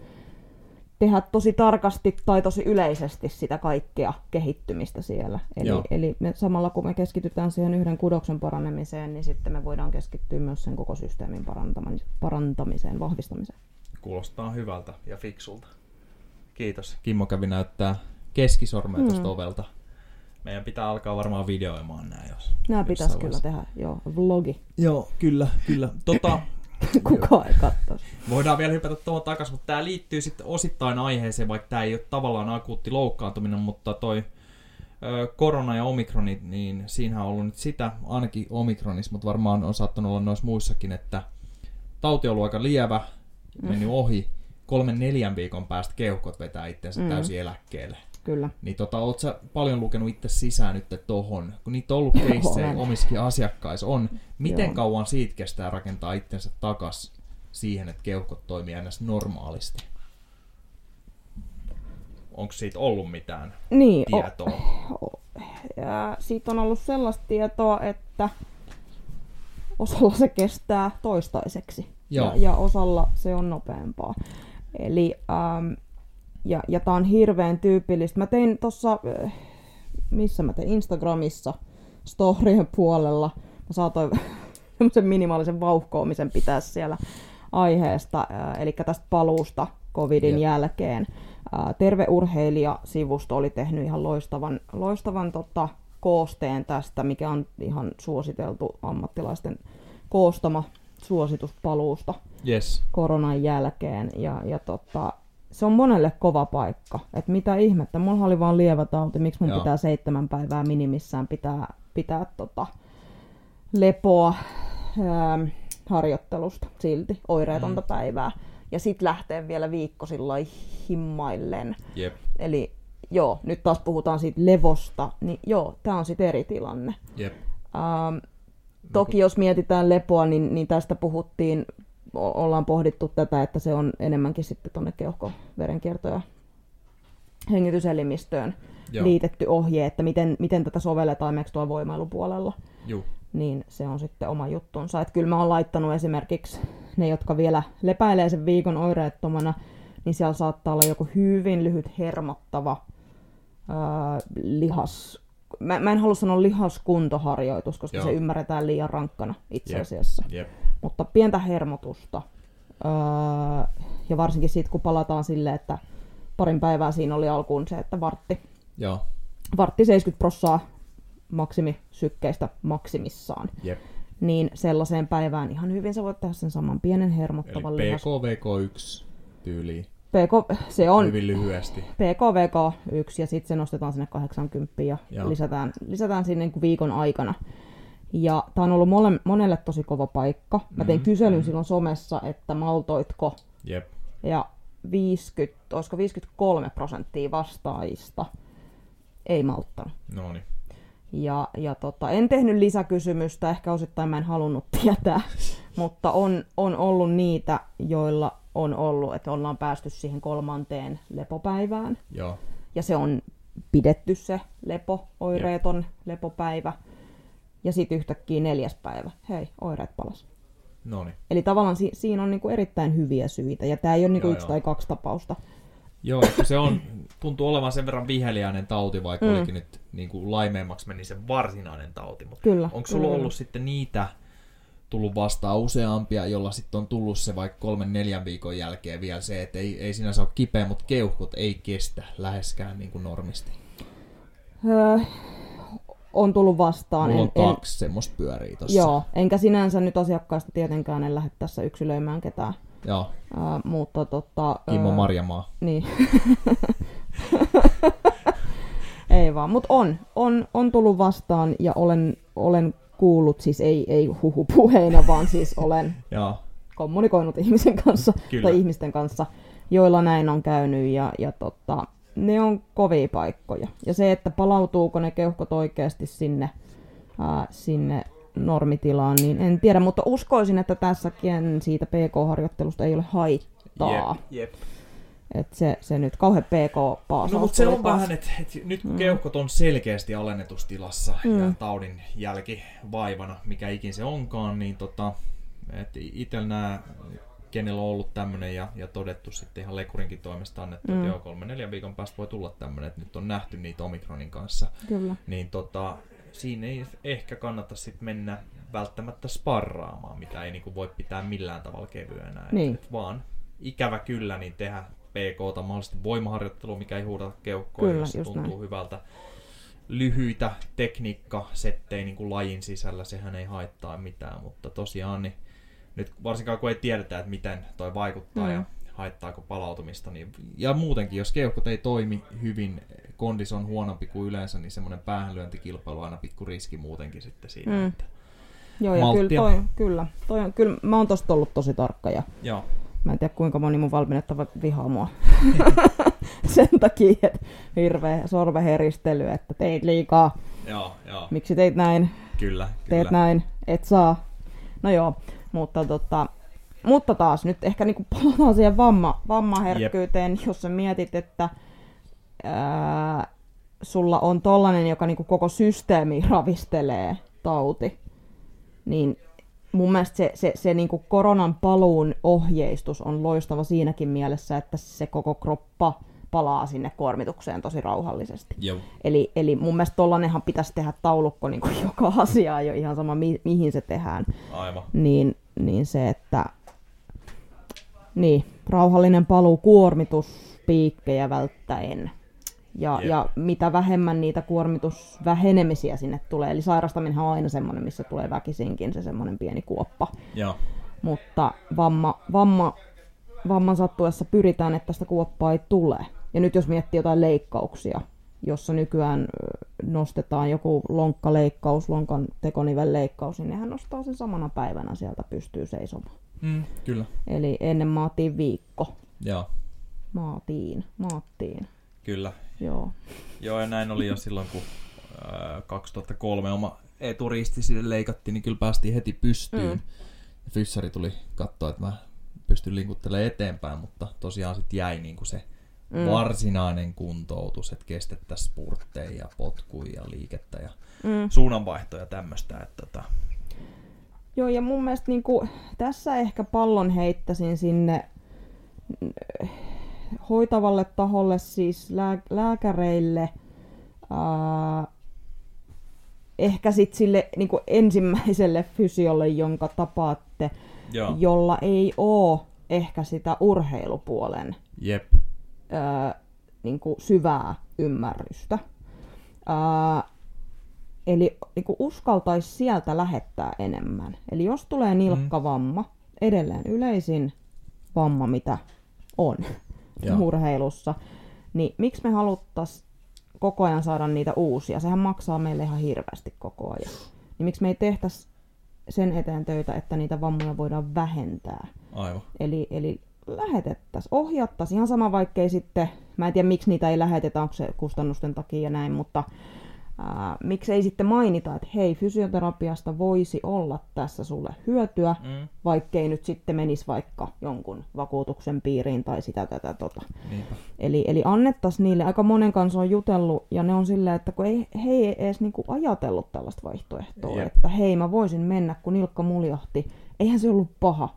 tehdä tosi tarkasti tai tosi yleisesti sitä kaikkea kehittymistä siellä. Eli, eli me, samalla kun me keskitytään siihen yhden kudoksen paranemiseen, niin sitten me voidaan keskittyä myös sen koko systeemin parantamiseen, vahvistamiseen. Kuulostaa hyvältä ja fiksulta. Kiitos. Kimmo kävi näyttää keskisormea tuosta mm. ovelta. Meidän pitää alkaa varmaan videoimaan nämä, jos... Nämä pitäisi kyllä tehdä, joo, vlogi. Joo, kyllä, kyllä. Tota, Kuka ei katsoisi. Voidaan vielä hypätä tuohon takaisin, mutta tämä liittyy sitten osittain aiheeseen, vaikka tämä ei ole tavallaan akuutti loukkaantuminen, mutta toi ö, korona ja omikroni, niin siinähän on ollut nyt sitä, ainakin omikronissa, mutta varmaan on saattanut olla noissa muissakin, että tauti on ollut aika lievä, mennyt ohi, kolmen neljän viikon päästä keuhkot vetää itsensä mm. täysin eläkkeelle. Kyllä. Niin tota, oot sä paljon lukenut itse sisään nyt tohon, kun niitä on ollut keissejä omissakin asiakkaissa on. Miten Joo. kauan siitä kestää rakentaa itsensä takas siihen, että keuhkot toimii aina normaalisti? Onko siitä ollut mitään niin, tietoa? O- ja siitä on ollut sellaista tietoa, että osalla se kestää toistaiseksi ja, ja osalla se on nopeampaa. Eli... Ähm, Ja, ja tää on hirveän tyypillistä. Mä tein tossa, missä mä tein, Instagramissa, storien puolella. Mä saatoin semmoisen minimaalisen vauhkoamisen pitää siellä aiheesta, eli tästä paluusta covidin Jep. jälkeen. Terve Urheilija-sivusto oli tehnyt ihan loistavan, loistavan tota, koosteen tästä, mikä on ihan suositeltu ammattilaisten koostama suositus paluusta yes. koronan jälkeen. Ja, ja tota, se on monelle kova paikka, että mitä ihmettä, mulla oli vaan lievä tauti, miksi mun Joo. pitää seitsemän päivää minimissään pitää, pitää tota lepoa ää, harjoittelusta silti, oireetonta mm. päivää. Ja sit lähtee vielä viikko sillai himmaillen. Jep. Eli joo, nyt taas puhutaan siitä levosta, niin joo, tää on sit eri tilanne. Jep. Ähm, toki jos mietitään lepoa, niin, niin tästä puhuttiin, ollaan pohdittu tätä, että se on enemmänkin sitten tuonne keuhko, verenkierto ja hengityselimistöön Joo. liitetty ohje, että miten, miten tätä sovelletaan esimerkiksi tuolla voimailupuolella. Juh. Niin se on sitten oma juttunsa. Että kyllä mä oon laittanut esimerkiksi ne, jotka vielä lepäilee sen viikon oireettomana, niin siellä saattaa olla joku hyvin lyhyt hermottava ää, lihas. Mä, mä en halua sanoa lihaskuntoharjoitus, koska Joo. se ymmärretään liian rankkana itse yep. asiassa. Yep. Mutta pientä hermotusta. Ää, ja varsinkin siitä, kun palataan silleen, että parin päivää siinä oli alkuun se, että vartti. Joo. Vartti seitsemänkymmentä prosenttia maksimisykkeistä maksimissaan. Yep. Niin sellaiseen päivään ihan hyvin sä voit tehdä sen saman pienen hermottavan Eli lihas. P K V K yksi tyyliin. P K, se on hyvin lyhyesti. P K V K yksi ja sitten se nostetaan sinne kahdeksankymmentä ja lisätään, lisätään sinne niin kuin viikon aikana. Ja tää on ollut mole, monelle tosi kova paikka. Mä tein mm, kyselyn mm. silloin somessa, että maltoitko. Jep. Ja viisikymmentä, olisiko viisikymmentäkolme prosenttia vastaajista ei malttanut. Noniin. Ja, ja tota, en tehnyt lisäkysymystä, ehkä osittain mä en halunnut tietää, mutta on, on ollut niitä, joilla on ollut, että ollaan päästy siihen kolmanteen lepopäivään. Joo. Ja se on pidetty se lepo, oireeton Jep. lepopäivä. Ja sitten yhtäkkiä neljäs päivä, hei, oireet palas. Noniin. Eli tavallaan si- siinä on niinku erittäin hyviä syitä, ja tämä ei ole niinku joo, yksi joo. tai kaksi tapausta. Joo, että se on, tuntuu olevan sen verran viheliäinen tauti, vaikka mm. olikin nyt niin kuin laimeemmaksi meni se varsinainen tauti. Mutta kyllä. Onko sulla kyllä. ollut sitten niitä tullut vastaan useampia, jolla sitten on tullut se vaikka kolmen neljän viikon jälkeen vielä se, että ei, ei sinänsä ole kipeä, mutta keuhkot ei kestä läheskään niin kuin normisti? Öö, on tullut vastaan. Mulla on en, kaksi en, semmoista pyörii tossa. Joo, enkä sinänsä nyt asiakkaasta tietenkään en lähde tässä yksilöimään ketään. Joo. Uh, mutta tota... Kimmo uh, Marjamaa. Niin. Ei vaan, mutta on, on, on tullut vastaan ja olen, olen kuullut, siis ei, ei huhupuheina, vaan siis olen Joo. kommunikoinut ihmisen kanssa Kyllä. tai ihmisten kanssa, joilla näin on käynyt ja, ja tota, ne on kovia paikkoja. Ja se, että palautuuko ne keuhkot oikeasti sinne, ää, sinne normitilaan, niin en tiedä, mutta uskoisin, että tässäkin siitä P K-harjoittelusta ei ole haittaa. Jep, jep. Että se, se nyt kauhean P K-paasaus. No, mutta se on vähän, että et nyt kun mm. keuhkot on selkeästi alennetustilassa mm. ja taudin jälkivaivana, mikä ikin se onkaan, niin tota, itsellä nämä, kenellä on ollut tämmöinen ja, ja todettu sitten ihan lekurinkin toimesta annettu, mm. että joo, kolme neljän viikon päästä voi tulla tämmöinen, että nyt on nähty niitä Omikronin kanssa. Kyllä. Niin tota, siinä ei ehkä kannata sitten mennä välttämättä sparraamaan, mitä ei niinku voi pitää millään tavalla kevyenä. Niin. Et, et vaan ikävä kyllä niin tehdä P K:ta, mahdollisesti voimaharjoittelua, mikä ei huudata keuhkoa, jos se tuntuu näin. Hyvältä. Lyhyitä tekniikkasettejä niin kuin lajin sisällä, sehän ei haittaa mitään, mutta tosiaan niin nyt varsinkaan kun ei tiedetä, että miten toi vaikuttaa mm. ja haittaako palautumista, niin, ja muutenkin, jos keuhkot ei toimi hyvin, kondis on huonompi kuin yleensä, niin semmoinen päähänlyöntikilpailu on aina pikku riski muutenkin sitten siinä. Mm. Että joo, ja kyllä, toi, kyllä, toi on, kyllä mä oon tosta ollut tosi tarkka ja joo. Mä en tiedä kuinka moni mun valmennettava vihaa mua sen takia, että hirveä sorveheristely, että teit liikaa. Joo, joo. Miksi teit näin? Kyllä, Teet kyllä. näin, et saa. No joo, mutta, tota, mutta taas nyt ehkä niinku palataan siihen vamma, vammaherkkyyteen, Jep. jos sä mietit, että ää, sulla on tollanen, joka niinku koko systeemi ravistelee tauti, niin mun mielestä se, se, se niin kuin koronan paluun ohjeistus on loistava siinäkin mielessä, että se koko kroppa palaa sinne kuormitukseen tosi rauhallisesti. Joo. Eli, eli mun mielestä tollanenhan pitäisi tehdä taulukko niin kuin joka asiaa jo ihan sama mi- mihin se tehdään. Aivan. Niin, niin se, että niin, rauhallinen paluu, kuormitus, piikkejä välttäen. Ja, ja mitä vähemmän niitä kuormitusvähenemisiä sinne tulee. Eli sairastaminen on aina semmoinen, missä tulee väkisinkin se semmoinen pieni kuoppa. Joo. Mutta vamma, vamma, vamman sattuessa pyritään, että sitä kuoppaa ei tule. Ja nyt jos miettii jotain leikkauksia, jossa nykyään nostetaan joku lonkkaleikkaus, lonkan tekonivelleikkaus, niin nehän nostaa sen samana päivänä sieltä pystyy seisomaan. Mm, kyllä. Eli ennen maatiin viikko. Joo. Maatiin, maattiin. Kyllä. Joo. Joo, ja näin oli jo silloin, kun ää, kaksituhattakolme oma eturisti sille leikattiin, niin kyllä päästiin heti pystyyn. Mm. Ja fyssari tuli katsoa, että mä pysty linkuttelemaan eteenpäin, mutta tosiaan sitten jäi niinku se mm. varsinainen kuntoutus, että kestettäisiin spurtteja ja potkuja ja liikettä ja mm. suunnanvaihtoja ja tämmöistä. Että tota. Joo, ja mun mielestä niinku, tässä ehkä pallon heittäisin sinne hoitavalle taholle, siis lää- lääkäreille, ää, ehkä sitten sille niinku ensimmäiselle fysiolle, jonka tapaatte, Joo. jolla ei ole ehkä sitä urheilupuolen Jep. Ää, niinku syvää ymmärrystä. Ää, eli niinku uskaltaisi sieltä lähettää enemmän. Eli jos tulee nilkkavamma, mm. edelleen yleisin vamma, mitä on Joo. urheilussa, niin miksi me haluttaisiin koko ajan saada niitä uusia? Sehän maksaa meille ihan hirveästi koko ajan. Niin miksi me ei tehtäisi sen eteen töitä, että niitä vammoja voidaan vähentää? Aivan. Eli, eli lähetettäisiin, ohjattaisiin. Ihan sama, vaikkei sitten, mä en tiedä miksi niitä ei lähetetä, onko se kustannusten takia ja näin, mutta ää, miksi ei sitten mainita, että hei, fysioterapiasta voisi olla tässä sulle hyötyä, mm. vaikkei nyt sitten menisi vaikka jonkun vakuutuksen piiriin tai sitä tätä tota. Niinpä. Eli, eli annettaisiin niille, aika monen kanssa on jutellut, ja ne on silleen, että kun ei, he ei edes niinku ajatellut tällaista vaihtoehtoa, Jep. että hei, mä voisin mennä, kun nilkka muljahti, eihän se ollut paha.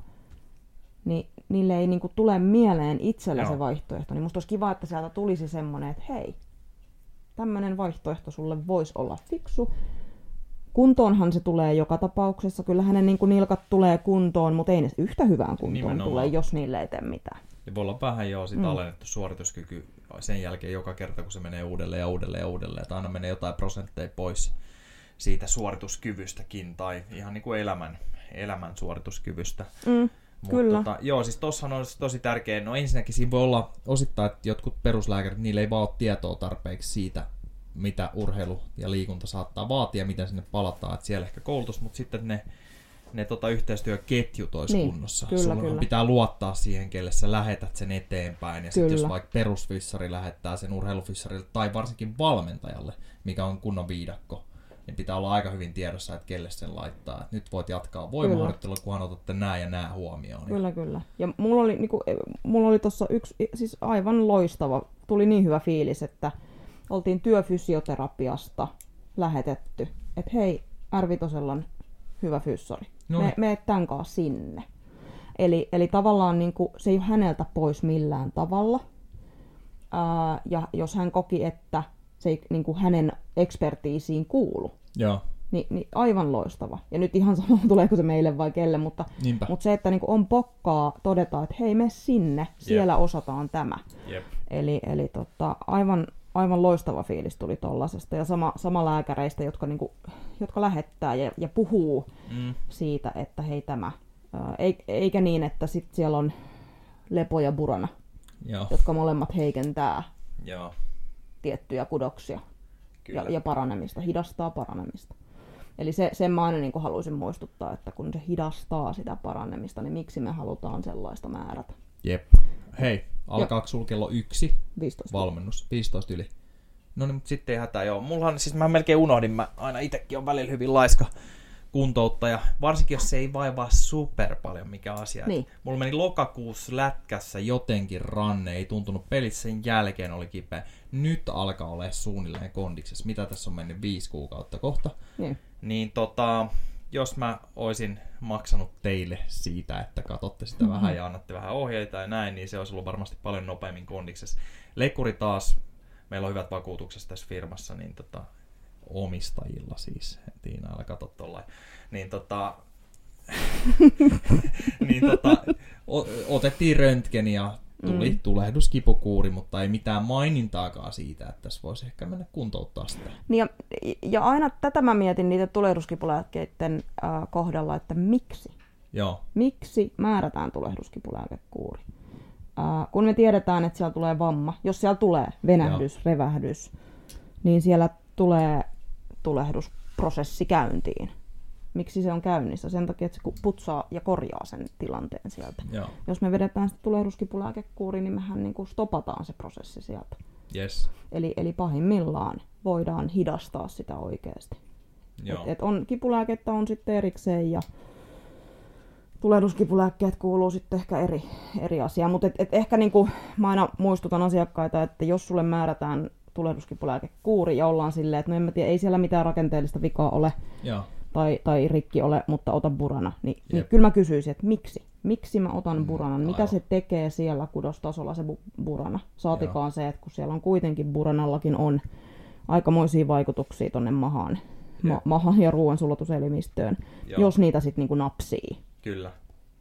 Niin niille ei niinku tule mieleen itsellä Joo. se vaihtoehto, niin musta olisi kiva, että sieltä tulisi semmoinen, että hei, tämmöinen vaihtoehto sulle voisi olla fiksu. Kuntoonhan se tulee joka tapauksessa. Kyllä hänen niin kuin nilkat tulee kuntoon, mutta ei ne yhtä hyvään kuntoon Nimenomaan. tule, jos niille ei tee mitään. Ja voi olla vähän jo sit mm. alennettu suorituskyky sen jälkeen joka kerta, kun se menee uudelleen ja uudelleen ja uudelleen. Että aina menee jotain prosentteja pois siitä suorituskyvystäkin tai ihan niin kuin elämän, elämän suorituskyvystä. Mm. Mut Kyllä. Tota, joo, siis tossahan on tosi tärkeä. No ensinnäkin siinä voi olla osittain, että jotkut peruslääkärit, niillä ei vaan ole tietoa tarpeeksi siitä, mitä urheilu ja liikunta saattaa vaatia, miten sinne palataan. Että siellä ehkä koulutus, mutta sitten ne, ne tota, yhteistyöketjut olisi niin, kunnossa. Sulla pitää luottaa siihen, kelle sä lähetät sen eteenpäin. Ja sitten jos vaikka perusfyssari lähettää sen urheilufyssarille tai varsinkin valmentajalle, mikä on kunnon viidakko, niin pitää olla aika hyvin tiedossa, että kelle sen laittaa. Et nyt voit jatkaa voimaharjoittelua, kunhan otatte nää ja nää huomioon. Kyllä, kyllä. Ja mulla oli, niinku, mulla oli tossa yksi, siis aivan loistava, tuli niin hyvä fiilis, että oltiin työfysioterapiasta lähetetty, että hei, R Vitosella on hyvä fyssari. No. Me, mene tämän kanssa sinne. Eli, eli tavallaan niinku, se ei ole häneltä pois millään tavalla. Ää, ja jos hän koki, että se ei niin kuin hänen ekspertiisiin kuulu. Joo. Ni, niin aivan loistava. Ja nyt ihan sama, tuleeko se meille vai kelle, mutta, mutta se, että niin kuin on pokkaa todeta, että hei, mene sinne, siellä Jep. osataan tämä. Jep. Eli, eli tota, aivan, aivan loistava fiilis tuli tollasesta. Ja sama, sama lääkäreistä, jotka, niin kuin, jotka lähettää ja, ja puhuu mm. siitä, että hei tämä. Ää, eikä niin, että sit siellä on Lepo ja Burana, Joo. jotka molemmat heikentää. Joo. tiettyjä kudoksia ja, ja paranemista, hidastaa paranemista. Eli se, sen mä aina niin kuin haluaisin muistuttaa, että kun se hidastaa sitä paranemista, niin miksi me halutaan sellaista määrätä. Jep. Hei, alkaako sulla kello yksi viisitoista valmennus? viisitoista yli. No niin, mutta sitten ei hätää, joo. Mullahan, siis mä melkein unohdin, mä aina itsekin on välillä hyvin laiska kuntouttaja, varsinkin jos se ei vaivaa super paljon mikä asia. Niin. Mulla meni lokakuussa lätkässä jotenkin ranne, ei tuntunut pelissä, sen jälkeen oli kipeä. Nyt alkaa olla suunnilleen kondiksessa. Mitä tässä on mennyt viisi kuukautta kohta? Niin, niin tota, jos mä oisin maksanut teille siitä, että katsotte sitä mm-hmm. vähän ja annatte vähän ohjeita ja näin, niin se olisi ollut varmasti paljon nopeammin kondiksessa. Leikkuri taas, meillä on hyvät vakuutukset tässä firmassa, niin tota, omistajilla siis, Tiina, älä katso tollain, niin tota, niin tota, o- otettiin röntgen ja tuli mm. tulehduskipukuuri, mutta ei mitään mainintaakaan siitä, että tässä voisi ehkä mennä kuntouttaa sitä. Niin ja, ja aina tätä mä mietin niiden tulehduskipulääkkeiden äh, kohdalla, että miksi? Joo. Miksi määrätään tulehduskipulääkekuuri? Äh, kun me tiedetään, että siellä tulee vamma, jos siellä tulee venähdys, Joo. revähdys, niin siellä tulee tulehdusprosessi käyntiin. Miksi se on käynnissä? Sen takia, että se putsaa ja korjaa sen tilanteen sieltä. Joo. Jos me vedetään sitä tulehduskipulääkekuuriin, niin mehän niin kuin stopataan se prosessi sieltä. Yes. Eli, eli pahimmillaan voidaan hidastaa sitä oikeasti. Et, et on, kipulääkettä on sitten erikseen ja tulehduskipulääkkeet kuuluu sitten ehkä eri, eri asiaan. Mutta et, et ehkä niinku, mä aina muistutan asiakkaita, että jos sulle määrätään tulehduskipulääkekuuri ja ollaan silleen, että no en mä tiedä, ei siellä mitään rakenteellista vikaa ole tai, tai rikki ole, mutta ota burana, niin, niin kyllä mä kysyisin, että miksi? Miksi mä otan buranan? Mitä se tekee siellä kudostasolla se bu- burana? Saatikaan Joo. se, että kun siellä on kuitenkin buranallakin on aikamoisia vaikutuksia tonne mahaan, ma- mahaan ja ruoansulatuselimistöön, Joo. jos niitä sitten niinku napsii. Kyllä.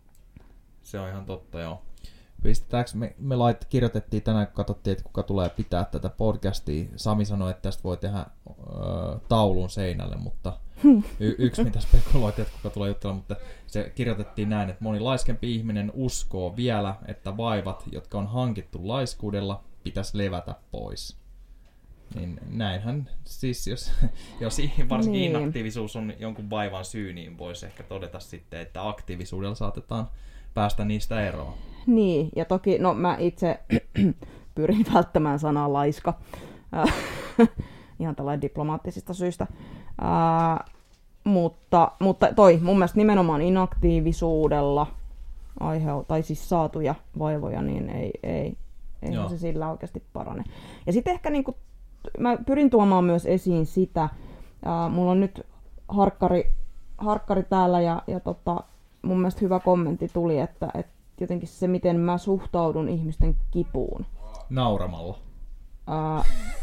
Se on ihan totta, joo. Pistetäänkö me, me lait, kirjoitettiin tänään, kun katsottiin, että kuka tulee pitää tätä podcastia. Sami sanoi, että tästä voi tehdä ö, taulun seinälle, mutta y- yksi mitä spekuloitiin, että kuka tulee juttelemaan, mutta se kirjoitettiin näin, että moni laiskempi ihminen uskoo vielä, että vaivat, jotka on hankittu laiskuudella, pitäisi levätä pois. Niin näinhän, siis jos, jos varsinkin niin. inaktiivisuus on jonkun vaivan syy, niin voisi ehkä todeta sitten, että aktiivisuudella saatetaan päästä niistä eroon. Niin, ja toki, no mä itse pyrin välttämään sanaa laiska, äh, ihan tällainen diplomaattisista syistä, äh, mutta, mutta toi mun mielestä nimenomaan inaktiivisuudella aiheu, tai siis saatuja vaivoja, niin ei, ei, ei se sillä oikeasti parane. Ja sitten ehkä niinku, mä pyrin tuomaan myös esiin sitä, äh, mulla on nyt harkkari, harkkari täällä ja, ja tota, mun mielestä hyvä kommentti tuli, että, että jotenkin se, miten mä suhtaudun ihmisten kipuun. Nauramalla. Ää,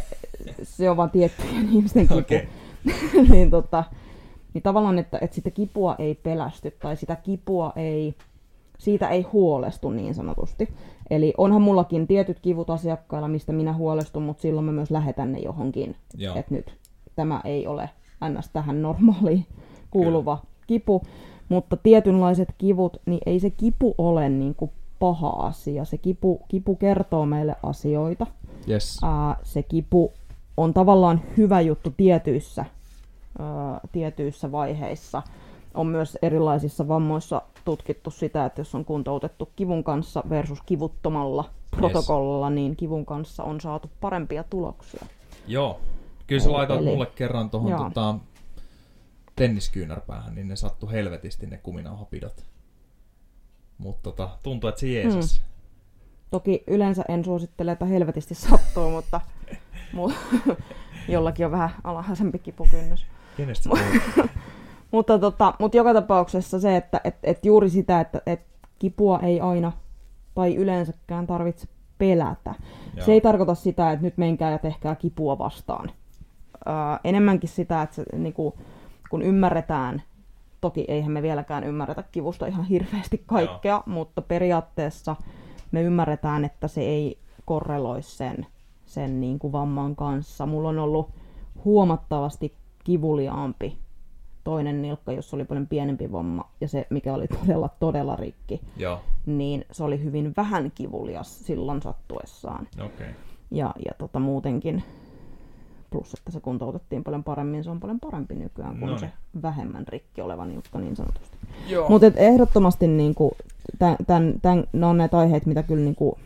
se on vaan tiettyjen ihmisten kipu. Okay. niin, tota, niin tavallaan, että, että sitä kipua ei pelästy tai sitä kipua ei, siitä ei huolestu niin sanotusti. Eli onhan mullakin tietyt kivut asiakkailla, mistä minä huolestun, mutta silloin mä myös lähetän ne johonkin. Että nyt tämä ei ole ns. Tähän normaaliin kuuluva Kyllä. kipu. Mutta tietynlaiset kivut, niin ei se kipu ole niin kuin paha asia. Se kipu, kipu kertoo meille asioita. Yes. Ää, se kipu on tavallaan hyvä juttu tietyissä, ää, tietyissä vaiheissa. On myös erilaisissa vammoissa tutkittu sitä, että jos on kuntoutettu kivun kanssa versus kivuttomalla protokollalla, yes. niin kivun kanssa on saatu parempia tuloksia. Joo. Kyllä sä laitoit Eli, mulle kerran tuohon tota, tenniskyynärpäähän, niin ne sattu helvetisti ne kuminauhapidot. Mutta tota, tuntuu, että se jeesas. Hmm. Toki yleensä en suosittele, että helvetisti sattuu, mutta jollakin on vähän alhaisempi kipukynnys. Kenestä mutta, tota, mutta joka tapauksessa se, että et, et juuri sitä, että et kipua ei aina tai yleensäkään tarvitse pelätä. Joo. Se ei tarkoita sitä, että nyt menkää ja tehkää kipua vastaan. Öö, enemmänkin sitä, että se, niinku, kun ymmärretään, toki eihän me vieläkään ymmärretä kivusta ihan hirveästi kaikkea, Joo. mutta periaatteessa me ymmärretään, että se ei korreloi sen, sen niin kuin vamman kanssa. Mulla on ollut huomattavasti kivuliaampi toinen nilkka, jossa oli paljon pienempi vamma, ja se, mikä oli todella, todella rikki, Joo. niin se oli hyvin vähän kivulias silloin sattuessaan. Okay. Ja, ja tota, muutenkin, plus että se kuntoutettiin paljon paremmin, se on paljon parempi nykyään kuin no niin. se vähemmän rikki oleva nilkka niin sanotusti. Mutta ehdottomasti niinku, tän, tän, tän, ne on näitä aiheita, mitä kyllä niinku,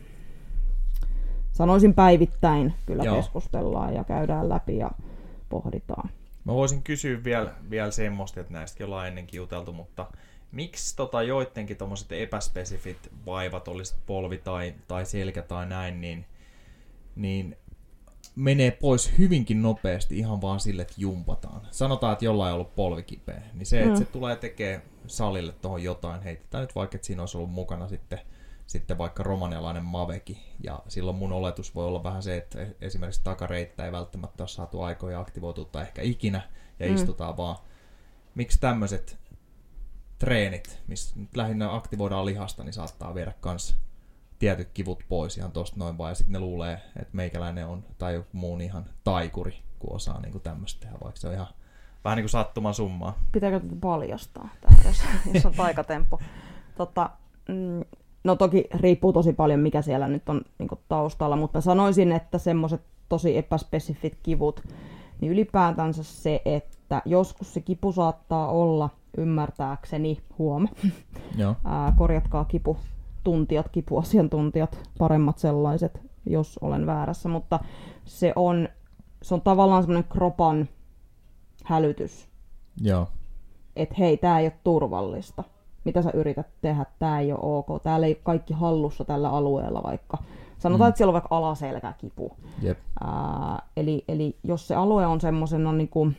sanoisin päivittäin kyllä Joo. keskustellaan ja käydään läpi ja pohditaan. Mä voisin kysyä vielä, vielä semmoista, että näistäkin ollaan ennenkin juteltu, mutta miksi tota joidenkin tommoset epäspesifit vaivat, olisi polvi tai, tai selkä tai näin, niin, niin menee pois hyvinkin nopeasti ihan vaan sille, että jumpataan. Sanotaan, että jollain on ollut polvi kipeä, niin se, että mm. se tulee tekemään salille tuohon jotain, heitetään nyt vaikka, että siinä olisi ollut mukana sitten, sitten vaikka romanialainen maveki, ja silloin mun oletus voi olla vähän se, että esimerkiksi takareittä ei välttämättä ole saatu aikoja aktivoitua ehkä ikinä, ja mm. istutaan vaan. Miksi tämmöiset treenit, missä nyt lähinnä aktivoidaan lihasta, niin saattaa viedä kans tietyt kivut pois ihan tosta noin vaan, ja sitten ne luulee, että meikäläinen on, tai joku muun ihan taikuri, kun osaa niin tämmöistä tehdä, vaikka se on ihan vähän niin kuin sattuman summaa. Pitääkö tätä paljastaa, tää, jos, jos on taikatemppu? Tota, mm, no toki riippuu tosi paljon, mikä siellä nyt on niin kuin taustalla, mutta sanoisin, että semmoiset tosi epäspesifit kivut, niin ylipäätänsä se, että joskus se kipu saattaa olla, ymmärtääkseni, huom, Ää, korjatkaa kipu. tuntijat, kipuasiantuntijat, paremmat sellaiset, jos olen väärässä, mutta se on, se on tavallaan semmoinen kropan hälytys. Joo. Että hei, tää ei ole turvallista. mitä sä yrität tehdä, tää ei ole ok, täällä ei ole kaikki hallussa tällä alueella vaikka. Sanotaan, mm. että siellä on vaikka alaselkäkipu. Jep. Ää, eli, eli jos se alue on semmosena niinku,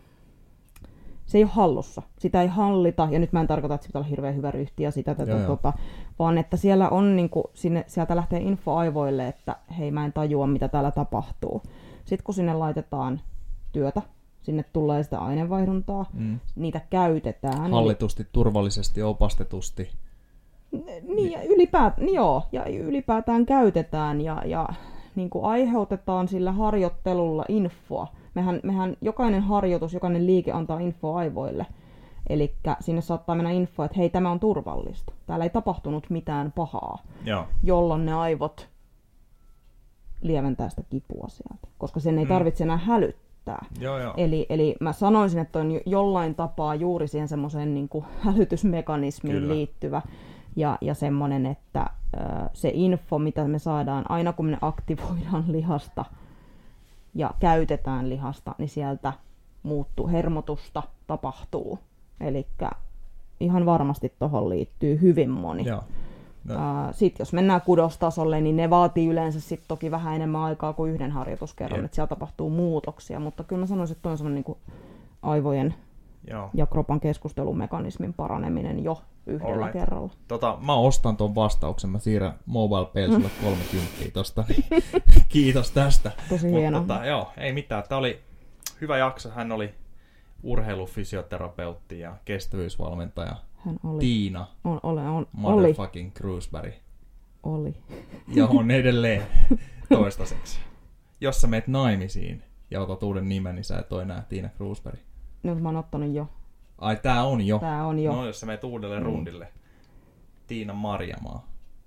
se ei ole hallussa, sitä ei hallita, ja nyt mä en tarkoita, että se pitää olla hirveän hyvä ryhti ja sitä, tätä, joo, tota, vaan että siellä on niinku, sinne, sieltä lähtee info aivoille, että hei mä en tajua mitä täällä tapahtuu. Sitten kun sinne laitetaan työtä, sinne tulee sitä aineenvaihduntaa, mm. niitä käytetään. Hallitusti, turvallisesti, opastetusti. Niin, ja ylipäät, niin joo, ja ylipäätään käytetään ja, ja niin kuin aiheutetaan sillä harjoittelulla infoa. Mehän, mehän jokainen harjoitus, jokainen liike antaa infoa aivoille. Eli sinne saattaa mennä info, että hei, tämä on turvallista. Täällä ei tapahtunut mitään pahaa, joo. jolloin ne aivot lieventää sitä kipua sieltä, koska sen ei tarvitse enää hälyttää. Joo, joo. Eli, eli mä sanoisin, että on jollain tapaa juuri siihen semmoiseen niin kuin hälytysmekanismiin Kyllä. liittyvä ja, ja semmoinen, että ö, se info, mitä me saadaan aina kun me aktivoidaan lihasta ja käytetään lihasta, niin sieltä muuttuu, hermotusta tapahtuu. Eli ihan varmasti tuohon liittyy hyvin moni. Joo. No. Sitten jos mennään kudostasolle, niin ne vaatii yleensä sit toki vähän enemmän aikaa kuin yhden harjoituskerran, yep. että siellä tapahtuu muutoksia, mutta kyllä mä sanoisin, että toi on semmoinen niin kuin aivojen Joo. ja kropan keskustelumekanismin paraneminen jo yhdellä Alright. kerralla. Tota, mä ostan ton vastauksen, mä siirrän Mobile Pay sulle kolmekymppiä tosta, niin kiitos tästä. Tosi hienoa. Tota, joo, ei mitään, tää oli hyvä jakso, hän oli urheilufysioterapeutti ja kestävyysvalmentaja. Hän oli. Tiina. On, ole, on, Motherfucking oli. Cruiseberry. Oli. Ja on edelleen toistaiseksi. Jos sä meet naimisiin ja otat uuden nimen, niin sä et ole enää Tiina Cruiseberry. No, mä oon ottanut jo. Ai, tää on jo? Tää on jo. No, jos sä meet uudelle mm. rundille. Tiina Marjamaa.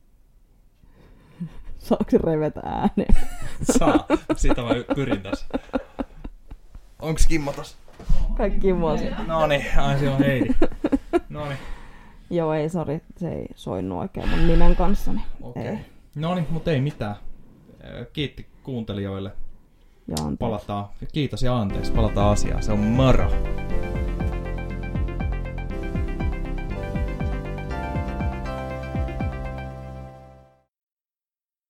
Saako se revetä ääneen? Saa. Sitä mä pyrin tässä. Onks Kimmo tossa? Kaikki Kimmo se. Noniin, ai se on Heidi. Noniin. Joo, ei, sori, se ei soinut oikein mun nimen kanssani. Okei. Okay. Noniin, mut ei mitään. Kiitti kuuntelijoille. Ja anteeksi. Palataan, kiitos ja anteeksi, palataan asiaan. Se on moro.